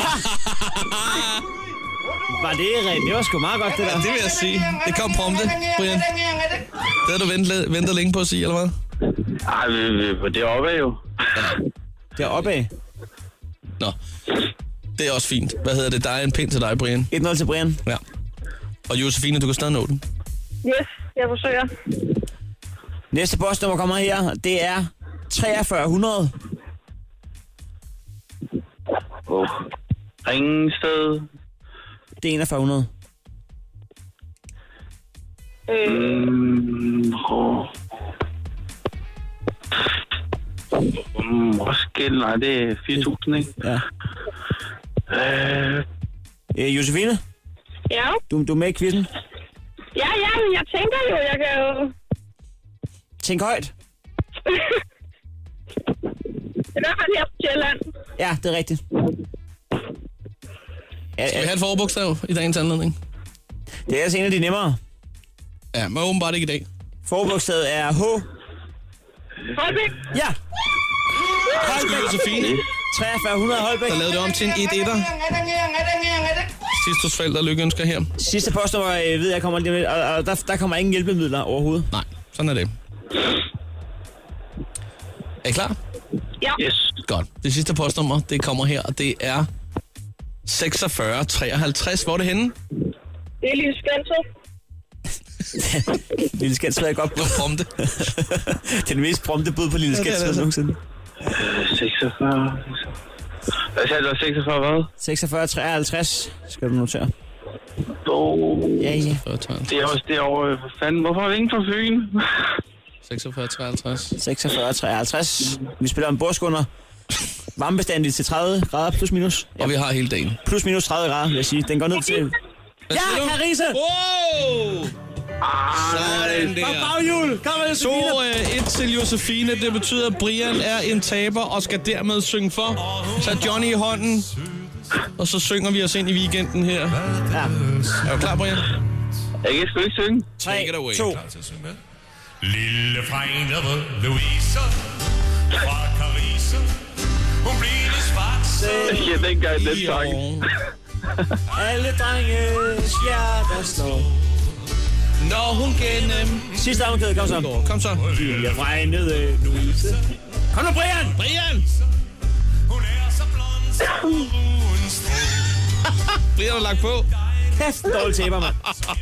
Var det rigtigt? Det var sgu meget godt, det der. Ja, det vil jeg sige. Det kom prompte, Brian. Det har du ventet længe på at sige, eller hvad? Ej, det er oppe jo. Det er opad. Nå, det er også fint. Hvad hedder det? Der er en pind til dig, Brian. 1-0 til Brian. Ja. Og Josefine, du kan stadig nå den. Yes, jeg forsøger. Næste postnummer kommer her. Det er 4300. Ringsted. Det er 4100. Roskilde, nej, det er 4.000, ikke? Ja. Josefine? Ja. Du er med i quizzen. Ja, jeg tænker jo, jeg kan jo... Tænk højt. I hvert fald her på Sjælland. Ja, det er rigtigt. Skal vi have et forbogstav i dagens anledning? Det er altså en af de nemmere. Ja, men åbenbart ikke i dag. Forbogstavet er H. Holbæk. Ja. Holbæk. Josefine. 4300 Holbæk. Der lavede det om til en 1-1'er. Sidste forældre lykkeønsker her. Sidste postnummer ved jeg kommer lige med, og der kommer ingen hjælpemidler overhovedet. Nej, sådan er det. Er I klar? Ja. Yes. Godt. Det sidste postnummer, det kommer her, og det er 4653. Hvor er det henne? Det er Lille Skensved. Lille Skensved er godt på. Hvor prompte? Det er den mest prompte bud på Lille Skensved nogensinde. 46. Hvad sagde du? 46 hvad? 4653 skal du notere. Ja. Det er også derovre. For fanden, hvorfor er vi ingen fra Fyn? 4653. 4653. Vi spiller om bordskunder. Varmebestandigt til 30 grader plus minus. Og vi har hele dagen. Plus minus 30 grader, vil jeg sige. Den går ned til... Ja, Carisse! Wow! Sådan der. Baghjul! Kom med, Josefine! 2-1 til Josefine. Det betyder, at Brian er en taber og skal dermed synge for. Tag Johnny i hånden. Og så synger vi os ind i weekenden her. Ja. Er du klar, Brian? Jeg kan sgu ikke synge. Take it away. 2. Lille fregnede Louise fra Carisse. Hun blev det svart. Jeg dengang den sang. Alle drenges hjerter slår. Når hun gennem... Sidste afkæde, kom så. Kom så. Lille fregnede Louise. Kom nu, Brian! Brian! Hun er så blond som ruens strå. Brian har lagt på. Kæft, en dårlig taber, mand.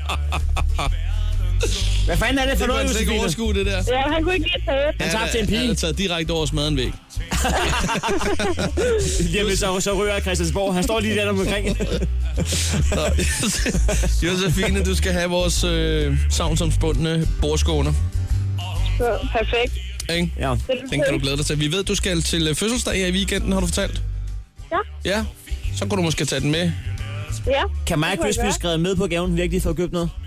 Hvad fanden er det for noget, Josefine? Det kan overskue det der. Ja, han kunne ikke lide at tage. Han tabte en pige. Han er taget direkte over smaden væk. Jamen, så rører Christiansborg. Han står lige der omkring. Josefine, du skal have vores savnsomspundne bordskåner. Perfekt. Ikke? Ja. Den kan du glæde dig til. Vi ved, du skal til fødselsdag her i weekenden, har du fortalt? Ja. Ja, så kunne du måske tage den med. Ja. Kan mig og Chris blive skrevet med på gaven, virkelig for at købe noget?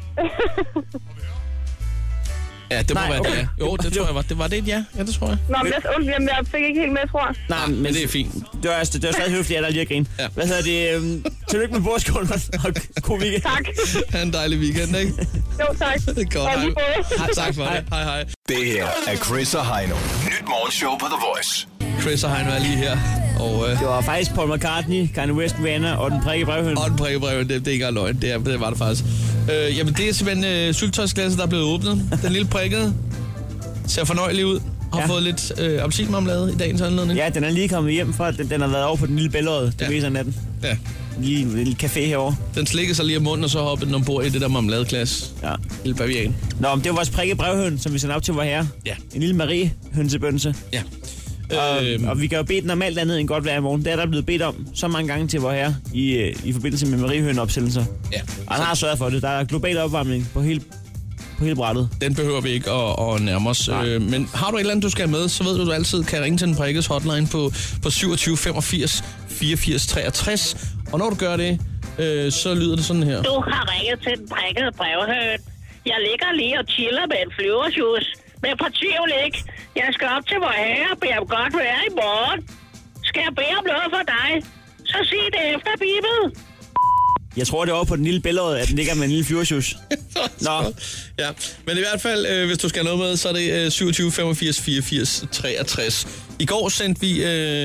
Ja, det må Nej, være okay. det, ja. Jo, det tror jeg var. Det var det et ja. Ja, det tror jeg. Nå, men jeg fik ikke helt med, tror jeg. Nej, Men det er fint. det var stadig høfligt, at der lige at grine. Ja. Hvad hedder det? Tillykke med bordskålen og god weekend. Tak. Ha' en dejlig weekend, ikke? Jo, tak. Det er godt. Og lige både. Tak for det. Hej, hej. Det her er Chris og Heino. Nyt morgenshow på The Voice. Chris og Heino er lige her. Og, Det var faktisk Paul McCartney, Kanye West, Rihanna og den prikke brevhøn. og den prikkebrev, det er ikke engang løgn. Det var det faktisk. Jamen, det er simpelthen syltøjsglasset, der er blevet åbnet. Den lille prikkede ser fornøjelig ud. Har fået lidt appelsinmarmelade i dagens anledning. Ja, den er lige kommet hjem fra, den har været over på den lille bælgerød, det viser natten. Ja. Lige en lille café herovre. Den slikker sig lige af munden, og så hoppede den ombord i det der marmeladeglas. Ja. Lille bavian. Nå, men det var vores prikke brevhøn, som vi sendte op til vor herre. Ja. En lille Marie-hønsebønse. Ja. Og vi kan jo bede den om alt andet end godt hver morgen. Det er der blevet bedt om så mange gange til vor herre i forbindelse med Mariehøn-opsættelser. Ja. Og han har sørget for det. Der er global opvarmning på hele brættet. Den behøver vi ikke at nærme os. Men har du et eller andet, du skal have med, så ved du altid kan ringe til den prikkes hotline på 27 85 84 63. Og når du gør det, så lyder det sådan her. Du har ringet til den prikkede brevhøn. Jeg ligger lige og chiller med en flyvershus. Men på tvivl ikke. Jeg skal op til vor herre og bede om godt være i morgen. Skal jeg bede om noget for dig? Så sig det efter, Bibel. Jeg tror, det er over på den lille bælgerød, at den ligger med en lille flyvershus. Nå. Ja, men i hvert fald, hvis du skal have noget med, så er det 27 85 84 63. I går sendte vi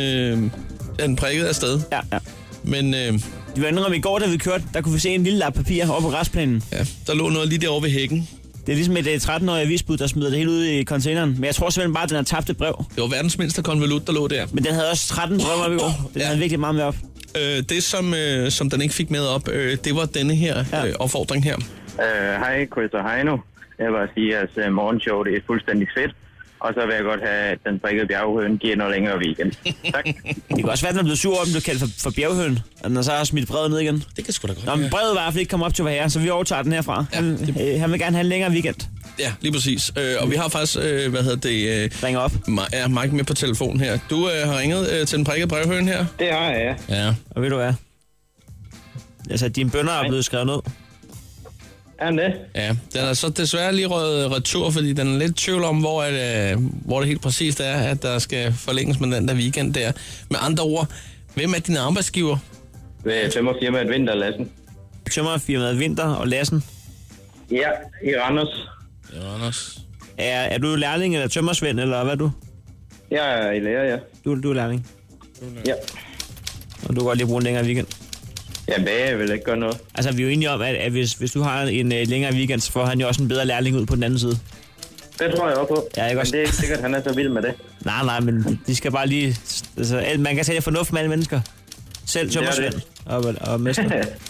den prikkede afsted. Ja. Men Det var indrømme i går, da vi kørte, der kunne vi se en lille lap papir oppe på græsplænen. ja, der lå noget lige derovre ved hækken. Det er ligesom et 13-årig avisbud, der smider det hele ud i containeren. Men jeg tror simpelthen bare, at den har tabt et brev. Det var verdens mindste konvolut, der lå der. Men den havde også 13 brev op i går. Den havde virkelig meget med op. Det, som den ikke fik med op, det var denne her opfordring her. Hej, Chris og Heino. Jeg vil bare sige, at morgenshow det er fuldstændig fedt. Og så vil jeg godt have, at den prikkede bjerghøn giver noget længere weekend. Tak. Det kan også være, at den er blevet sur over, at den blev kaldt for bjerghøn. Og den har så smidt brevet ned igen. Det kan sgu da godt Nå, men brevet var i hvert fald ikke kommet op til vor herre, så vi overtager den herfra. Ja, Han vil gerne have en længere weekend. Ja, lige præcis. Og vi har faktisk, Ringer op. Mike med på telefon her. Du har ringet til den prikkede brevhøn her. Det har jeg, ja. Ja. Og ved du hvad? Altså, dine bønner er blevet skrevet ned. Er det? Ja, den er så desværre lige røget retur, fordi den er lidt tvivl om, hvor det helt præcist er, at der skal forlænges med den der weekend der. Med andre ord, hvem er dine arbejdsgiver? Ved tømmerfirmaet Vinter Lassen. Tømmerfirmaet Vinter og Lassen. Ja, i Randers. Ja, Anders. Er du lærling eller tømmersvend, eller hvad er du? Jeg er i lærer, ja. Du er lærling. Ja. Og du kan godt lige bruge en længere weekend. Ja, jeg vil ikke gøre noget. Altså, vi er jo enige om, at hvis du har en længere weekend, så får han jo også en bedre lærling ud på den anden side. Det tror jeg også på. Ja, men det er ikke sikkert, at han er så vild med det. Nej, men de skal bare lige... Altså, man kan sætte fornuft med alle mennesker. Selv tømmersvend og mester.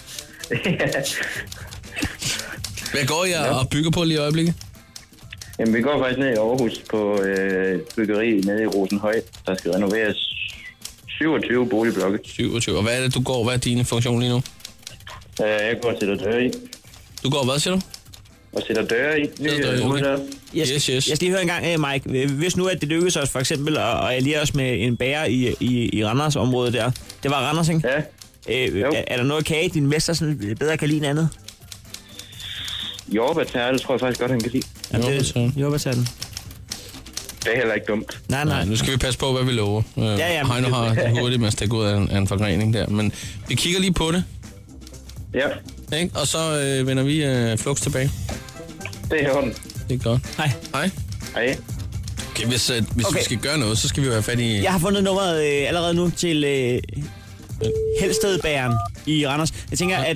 Hvad går jeg og bygger på lige i øjeblikket? Jamen, vi går faktisk ned i Aarhus på byggeri nede i Rosenhøj. Der skal renoveres 27 boligblokke. 27. Og hvad er det, du går? Hvad er din funktion lige nu? Jeg går og sætter døre i. Du går hvad, siger du? Og sætter døre i. Okay. Yes. Jeg skal lige høre en gang, Mike. Hvis nu, at det lykkedes os for eksempel at alliere os med en bager i Randers område der. Det var Randers, ikke? Ja. Er der noget kage, din mester sådan bedre kan lide end andet? Jordbærtærte, tror jeg faktisk godt, han kan lide. Jordbærtærten. Det er heller ikke dumt. Nej. Nu skal vi passe på, hvad vi lover. Heino har det hurtigt med at stikke ud af en forgrening der. Men vi kigger lige på det. Ja. Ikke? Og så vender vi flugs tilbage. Det er orden. Det er godt. Hej. Okay, hvis vi skal gøre noget, så skal vi jo have fat i... Jeg har fundet nummeret allerede nu til Helstedbageren i Randers. Jeg tænker, at...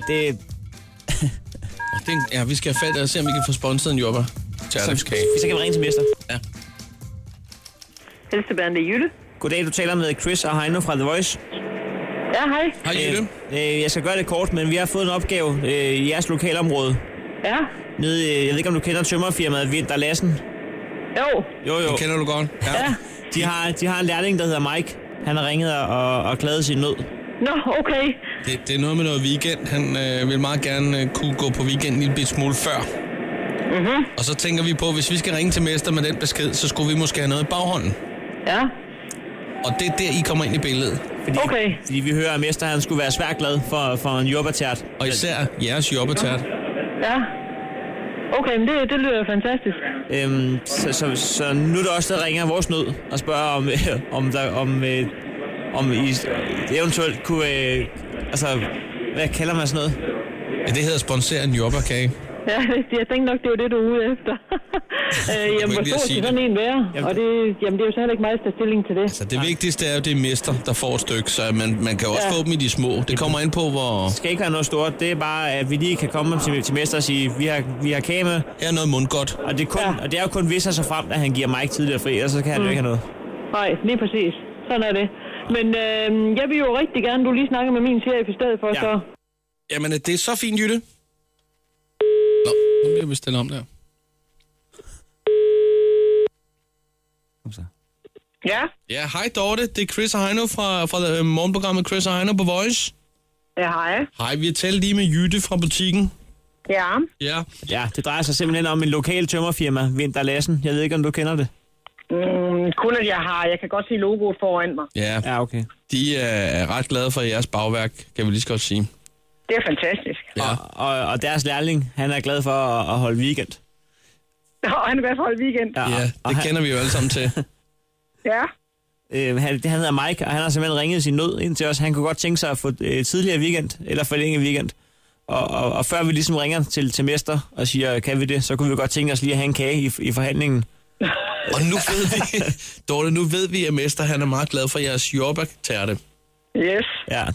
vi skal have fat og se, om vi kan få sponset en jobber til Alex-kage. Så kan vi ringe til mester. Ja. Helstebæren, det er Jytte. Goddag, du taler med Chris og Heino fra The Voice. Ja, hej. Hej, Jytte. Jeg skal gøre det kort, men vi har fået en opgave i jeres lokalområde. Ja. Nede, jeg ved ikke, om du kender tømmerfirmaet Vinter Lassen? Jo. Det kender du godt. Ja. De har en lærling, der hedder Mike. Han har ringet og klaget sin nød. Nå, okay. Det er noget med noget weekend. Han vil meget gerne kunne gå på weekend en lille smule før. Mhm. Og så tænker vi på, hvis vi skal ringe til mester med den besked, så skulle vi måske have noget i baghånden. Ja. Og det er der, I kommer ind i billedet. Fordi vi hører, at mester han skulle være svært glad for en jordbærtært. Og især jeres jordbærtært. Ja. Okay, men det lyder fantastisk. Så nu er der også, der ringer vores nød og spørger, om I eventuelt kunne... hvad kalder man sådan noget? Ja, det hedder sponsere en jordbærkage. Ja, jeg tænkte nok, det var det, du er ude efter. Jamen, hvor stor skal sådan en være? Og det er jo så heller ikke meget at tage stilling til det. Altså, det vigtigste er jo, det er mester, der får et stykke, så man kan også få dem i de små. Det kommer ind på, hvor... Det skal ikke være noget stort. Det er bare, at vi lige kan komme til mester og sige, vi har kage med. Her er noget mundgodt. Og det er jo kun hvis så frem, at han giver Mike tidligere fri, og så kan han jo ikke have noget. Nej, lige præcis. Sådan er det. Men jeg vil jo rigtig gerne, du lige snakker med min chef i stedet for, så... Jamen, det er så fint, Jytte. Nå, nu bliver vi stille om der. Ja? Ja, hej Dorte. Det er Chris og Heino fra morgenprogrammet Chris og Heino på Voice. Ja, hej. Hej, vi har talt lige med Jytte fra butikken. Ja. Ja, det drejer sig simpelthen om en lokal tømmerfirma, Vinter Lassen. Jeg ved ikke, om du kender det. Kun at jeg kan godt se logoet foran mig. Ja, okay. De er ret glade for jeres bagværk, kan vi lige så godt sige. Det er fantastisk. Ja. Og deres lærling, han er glad for at holde weekend. Og han er glad for at holde weekend. Ja, det kender vi jo alle sammen til. Ja. Han hedder Mike, og han har simpelthen ringet sin nød ind til os. Han kunne godt tænke sig at få tidligere weekend, eller forlænge weekend. Og før vi ligesom ringer til mester og siger, kan vi det, så kunne vi godt tænke os lige at have en kage i forhandlingen. Og nu ved vi, Dorte, at mester han er meget glad for jeres jordbærtærte. Yes. Ja.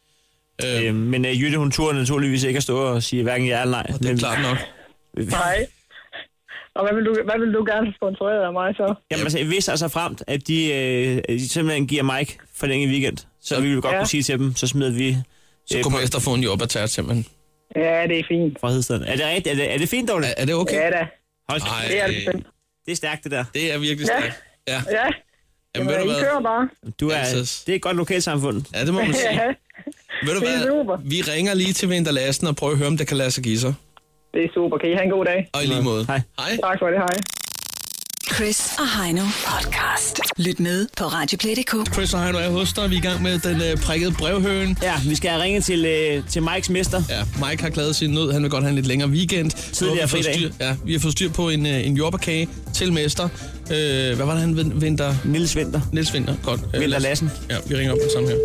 Men Jytte, hun turde naturligvis ikke at stå og sige hverken ja eller nej. Og det er klart nok. Nej. Og hvad vil du gerne sponsorere af mig så? Jamen altså, hvis altså fremt, at de simpelthen giver Mike forlænge weekend, så vil vi godt kunne sige til dem, så smider vi... Så kunne mester få en jordbærtært simpelthen. Ja, det er fint. Fra Hedstaden. Er det rigtigt? Er det fint, Dorte? Er det okay? Ja da. Hold det er det bestemt. Det er stærkt, det der. Det er virkelig stærkt. Ja. Jamen, ved du hvad? I kører bare. Det er et godt lokalsamfund. Ja, det må man sige. Ved du hvad? Vi ringer lige til Vinter Lassen og prøver at høre, om det kan lade sig give sig. Det er super. Kan I have en god dag? Og i lige måde. Hej. Tak for det. Hej. Chris og Heino podcast. Lyt med på radioplay.dk. Chris og Heino er hos dig. Vi er i gang med den prikkede brevhøen. Ja, vi skal ringe til Mikes mester. Ja, Mike har klaget sin nød. Han vil godt have en lidt længere weekend. Tidligere fridag. Ja, vi har fået styr på en jordbærkage til mester. Hvad var det, han Vinter? Niels Vinter. Godt. Vinter Lassen. Ja, vi ringer op på sammen her.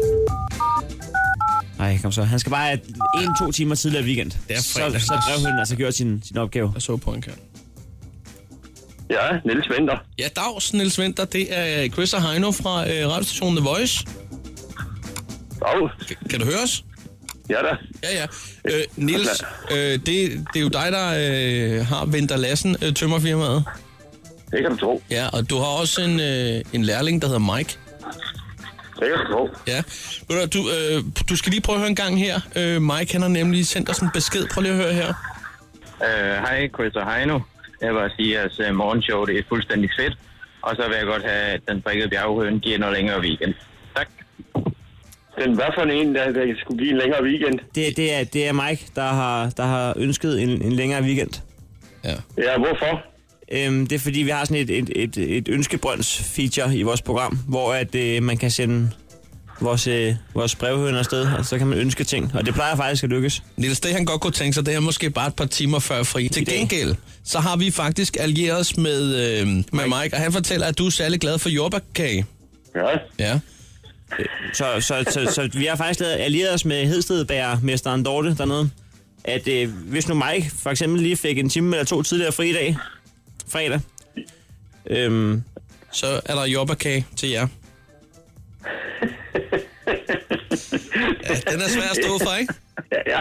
Nej, kom så. Han skal bare have 1-2 timer tidligere weekend. Det er fredag. Så brevhøen altså gjort sin opgave. Jeg så på en kan. Ja, Niels Vinter. Ja, dags, Niels Vinter. Det er Chris og Heino fra radiostationen The Voice. Kan du høre os? Ja da. Ja. Niels, det er jo dig, der har Vinter Lassen tømmerfirmaet. Det kan du tro. Ja, og du har også en lærling, der hedder Mike. Det kan du tro. Ja. Du skal lige prøve at høre en gang her. Mike, han har nemlig sendt os en besked. Prøv lige at høre her. Hej, Chris og Heino. Jeg vil bare sige, at morgenshow det er fuldstændig fedt. Og så vil jeg godt have, at den prikkede bjerghøne giver noget længere weekend. Tak. Hvad for en, der skulle give en længere weekend? Det er Mike, der har ønsket en længere weekend. Ja. Ja, hvorfor? Det er fordi, vi har sådan et ønskebrønds-feature i vores program, hvor at man kan sende vores brevhøner afsted, og så kan man ønske ting, og det plejer faktisk at lykkes. Niels, det han godt kunne tænke sig, det er måske bare et par timer før fri. Til gengæld, så har vi faktisk allieret os med Mike, og han fortæller, at du er særlig glad for jordbærkage. Ja. Så vi har faktisk allieret os med Hedstedbærmesteren Dorte dernede, at hvis nu Mike for eksempel lige fik en time eller 2 tidligere fri i dag, fredag, så er der jordbærkage til jer. Ja, den er svær at stå for, ikke? Ja.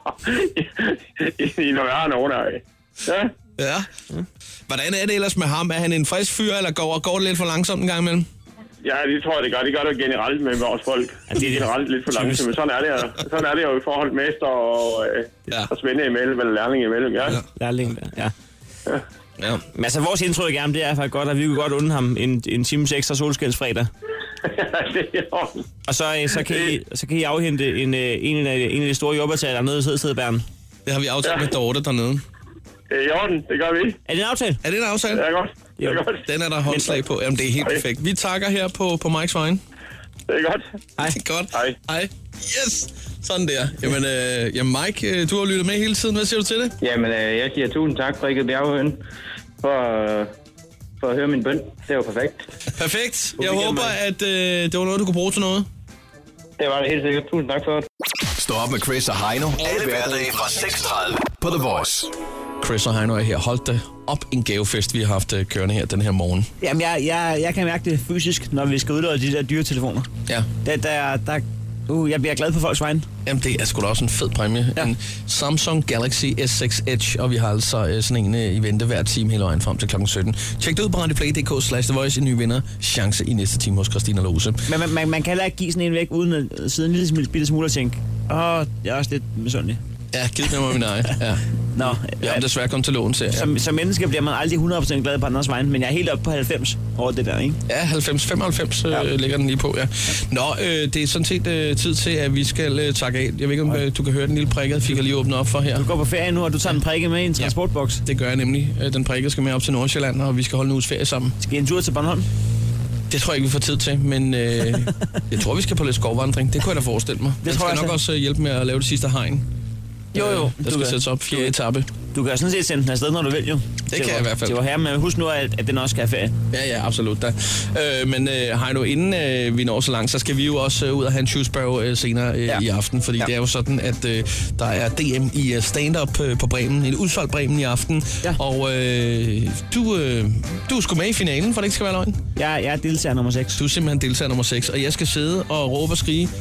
I når jeg har nogen af. Ja. Hvordan er det ellers med ham? Er han en frisk fyr, eller går det lidt for langsomt en gang imellem? Ja, det tror jeg, det gør. Det gør det generelt med vores folk. Ja, det er generelt lidt for langsomt, men sådan er det jo i forhold mester og Svende imellem, eller lærling imellem, ja. Lærling, ja. Men altså, vores indtryk af ham, det er faktisk godt, at vi kunne godt unde ham en times ekstra solskældsfredag. Og så kan I afhente en af de store jordbærtaler nede i Hedstedbæren. Det har vi aftalt med Dorte dernede. Det er i orden, det gør vi. Er det en aftale? Er det en aftale? Det er godt. Det er godt. Den er der håndslag på. Jamen, det er helt perfekt. Vi takker her på Mikes vejen. Det er godt. Hej. Det er godt. Hej. Yes! Sådan der. Jamen, Mike, du har lyttet med hele tiden. Hvad siger du til det? Jamen, jeg siger tusind tak, Rikke Bjerghøn, for at høre min bøn. Det var perfekt. Perfekt. Jeg håber, at det var noget, du kunne bruge til noget. Det var det helt sikkert. Tusind tak for det. Stå op med Chris og Heino. Alle hverdage fra 6:30 på The Voice. Chris og Heino er her. Hold da op en gavefest, vi har haft kørende her den her morgen. Jamen, jeg kan mærke det fysisk, når vi skal udlåde de der dyretelefoner. Ja. Jeg bliver glad på folks vegne. Jamen, det er sgu da også en fed præmie. Ja. En Samsung Galaxy S6 Edge, og vi har altså sådan en i vente hver time hele vejen frem til klokken 17. Tjek det ud på radioplay.dk/The Voice, en ny vinder chance i næste time hos Christina Lose. Men man kan heller ikke give sådan en væk, uden at sidde en lille smule og tænke, jeg er også lidt misundelig. Ja, giv det med min egen. Ja. Nå, jeg har desværre kommet til lån til. Som menneske bliver man aldrig 100% glad på andres vegne, men jeg er helt oppe på 90 over det der, ikke? Ja, 95 ligger den lige på, ja. Nå, det er sådan set tid til, at vi skal takke af. Jeg ved ikke, om du kan høre den lille prikke, fik jeg lige åbnet op for her. Du går på ferie nu, og du tager en prikke med i en transportboks. Det gør jeg nemlig. Den prikke skal med op til Nordsjælland, og vi skal holde en uges ferie sammen. Skal I en tur til Bornholm? Det tror jeg ikke, vi får tid til, men jeg tror, vi skal på lidt skovvandring. Det kunne jeg da forestille mig. Det skal nok også hjælpe med at lave det sidste hegn. Jo. Der skal sættes op 4. etape. Du kan sådan set sende den afsted, når du vil, jo. Det kan jeg i hvert fald. Det var her, men husk nu, at den også skal have ferie. Ja, absolut da. Men Heino, inden vi når så langt, så skal vi jo også ud og have en Shrewsbury senere i aften, fordi det er jo sådan, at der er DM i stand-up på Bremen, en udsolgt Bremen i aften, og du er sgu med i finalen, for det ikke skal være løgn. Jeg er deltager nummer 6. Du er simpelthen deltager nummer 6, og jeg skal sidde og råbe og skrige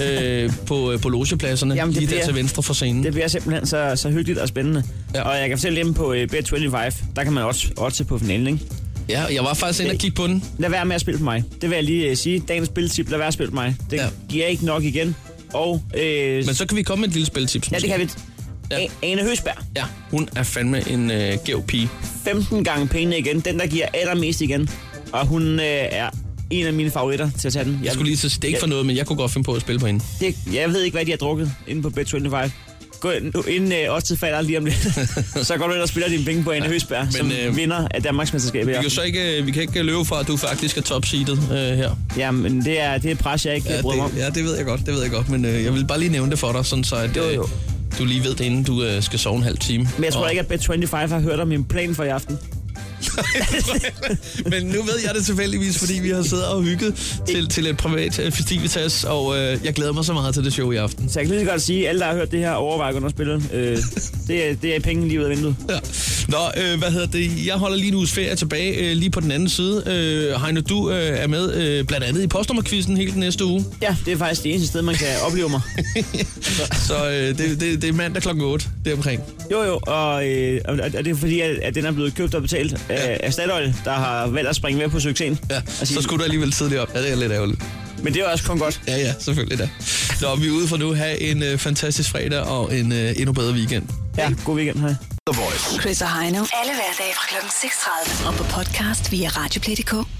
på logepladserne, lige der til venstre for scenen. Det bliver simpelthen så hyggeligt og spændende. Ja. Og jeg kan fortælle hjemme på Bet25, der kan man også oddse på finalen, ikke? Ja, jeg var faktisk inde og kigge på den. Lad være med at spille på mig. Det vil jeg lige sige. Dagens spiltip, lad være at spille på mig. Det giver ikke nok igen. Og, men så kan vi komme med et lille spiltip. Ja, det kan vi. Ja. Ane Høsberg. Ja, hun er fandme en gæv pige. 15 gange pengene igen. Den, der giver allermest igen. Og hun er en af mine favoritter til at tage den. Jeg skulle lige sige, det ikke for noget, men jeg kunne godt finde på at spille på hende. Jeg ved ikke, hvad de har drukket inde på Bet25. Gå inden odds falder lige om lidt. Så går du ind og spiller dine penge på Ane Høsberg, som vinder af Danmarks mesterskab. Vi kan ikke løbe fra, at du faktisk er top-seedet her. Ja, men det er et pres, jeg ikke bryder mig om. Ja, det ved jeg godt. Men jeg vil bare lige nævne det for dig, sådan så at du lige ved det, inden du skal sove en halv time. Men jeg tror ikke, at Bet25 har hørt om min plan for i aften. Men nu ved jeg det tilfældigvis, fordi vi har siddet og hygget til et privat festivitas, og jeg glæder mig så meget til det show i aften. Så jeg kan lige godt sige, at alle, der har hørt det her, overvejer under spillet. Det er penge lige ud af vinduet. Ja. Nå, jeg holder lige en uges ferie tilbage lige på den anden side. Heino, du er med blandt andet i postnummerquizzen helt næste uge. Ja, det er faktisk det eneste sted, man kan opleve mig. Så det er mandag klokken 8, deromkring. Jo, og det er fordi, at den er blevet købt og betalt af Statoil, der har valgt at springe med på succesen. Ja, så skulle du alligevel tidligt op. Ja, det er lidt ærgerligt. Men det er også kun godt. Ja, selvfølgelig da. Så vi er ude for nu. Ha' en fantastisk fredag og en endnu bedre weekend. Ja, god weekend. Hej. Chris og Heino. Alle hverdage fra kl. 6:30. Og på podcast via Radioplay.dk.